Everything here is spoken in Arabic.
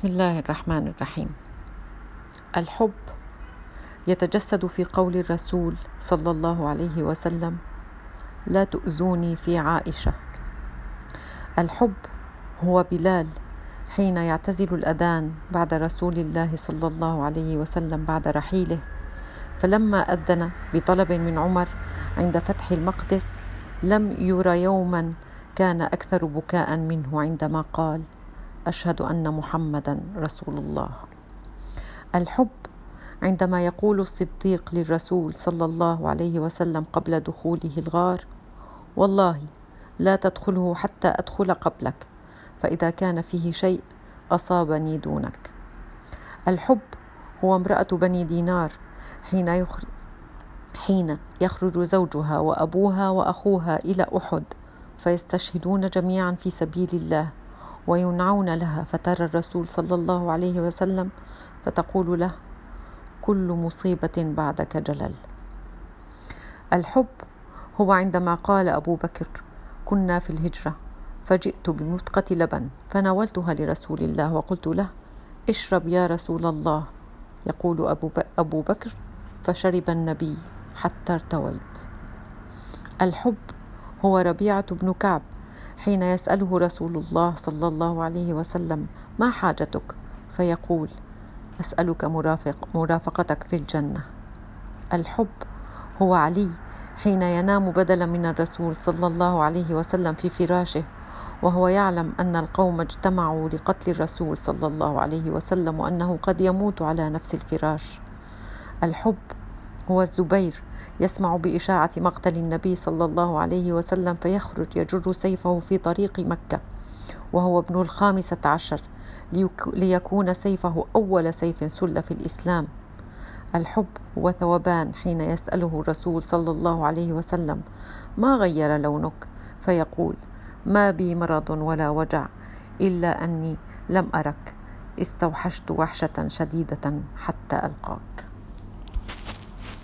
بسم الله الرحمن الرحيم. الحب يتجسد في قول الرسول صلى الله عليه وسلم: لا تؤذوني في عائشة. الحب هو بلال حين يعتزل الأذان بعد رسول الله صلى الله عليه وسلم بعد رحيله، فلما أذن بطلب من عمر عند فتح المقدس لم يرى يوما كان أكثر بكاء منه عندما قال: أشهد أن محمدا رسول الله. الحب عندما يقول الصديق للرسول صلى الله عليه وسلم قبل دخوله الغار: والله لا تدخله حتى أدخل قبلك، فإذا كان فيه شيء أصابني دونك. الحب هو امرأة بني دينار حين يخرج زوجها وأبوها وأخوها إلى أحد فيستشهدون جميعا في سبيل الله وينعون لها، فترى الرسول صلى الله عليه وسلم فتقول له: كل مصيبة بعدك جلل. الحب هو عندما قال أبو بكر: كنا في الهجرة فجئت بمتقة لبن فناولتها لرسول الله وقلت له: اشرب يا رسول الله. يقول أبو بكر: فشرب النبي حتى ارتويت. الحب هو ربيعة بن كعب حين يسأله رسول الله صلى الله عليه وسلم: ما حاجتك؟ فيقول: أسألك مرافقتك في الجنة. الحب هو علي حين ينام بدلا من الرسول صلى الله عليه وسلم في فراشه وهو يعلم أن القوم اجتمعوا لقتل الرسول صلى الله عليه وسلم وأنه قد يموت على نفس الفراش. الحب هو الزبير يسمع بإشاعة مقتل النبي صلى الله عليه وسلم فيخرج يجر سيفه في طريق مكة وهو ابن 15 ليكون سيفه أول سيف سل في الإسلام. الحب هو ثوبان حين يسأله الرسول صلى الله عليه وسلم: ما غير لونك؟ فيقول: ما بي مرض ولا وجع إلا أني لم أرك، استوحشت وحشة شديدة حتى ألقاك.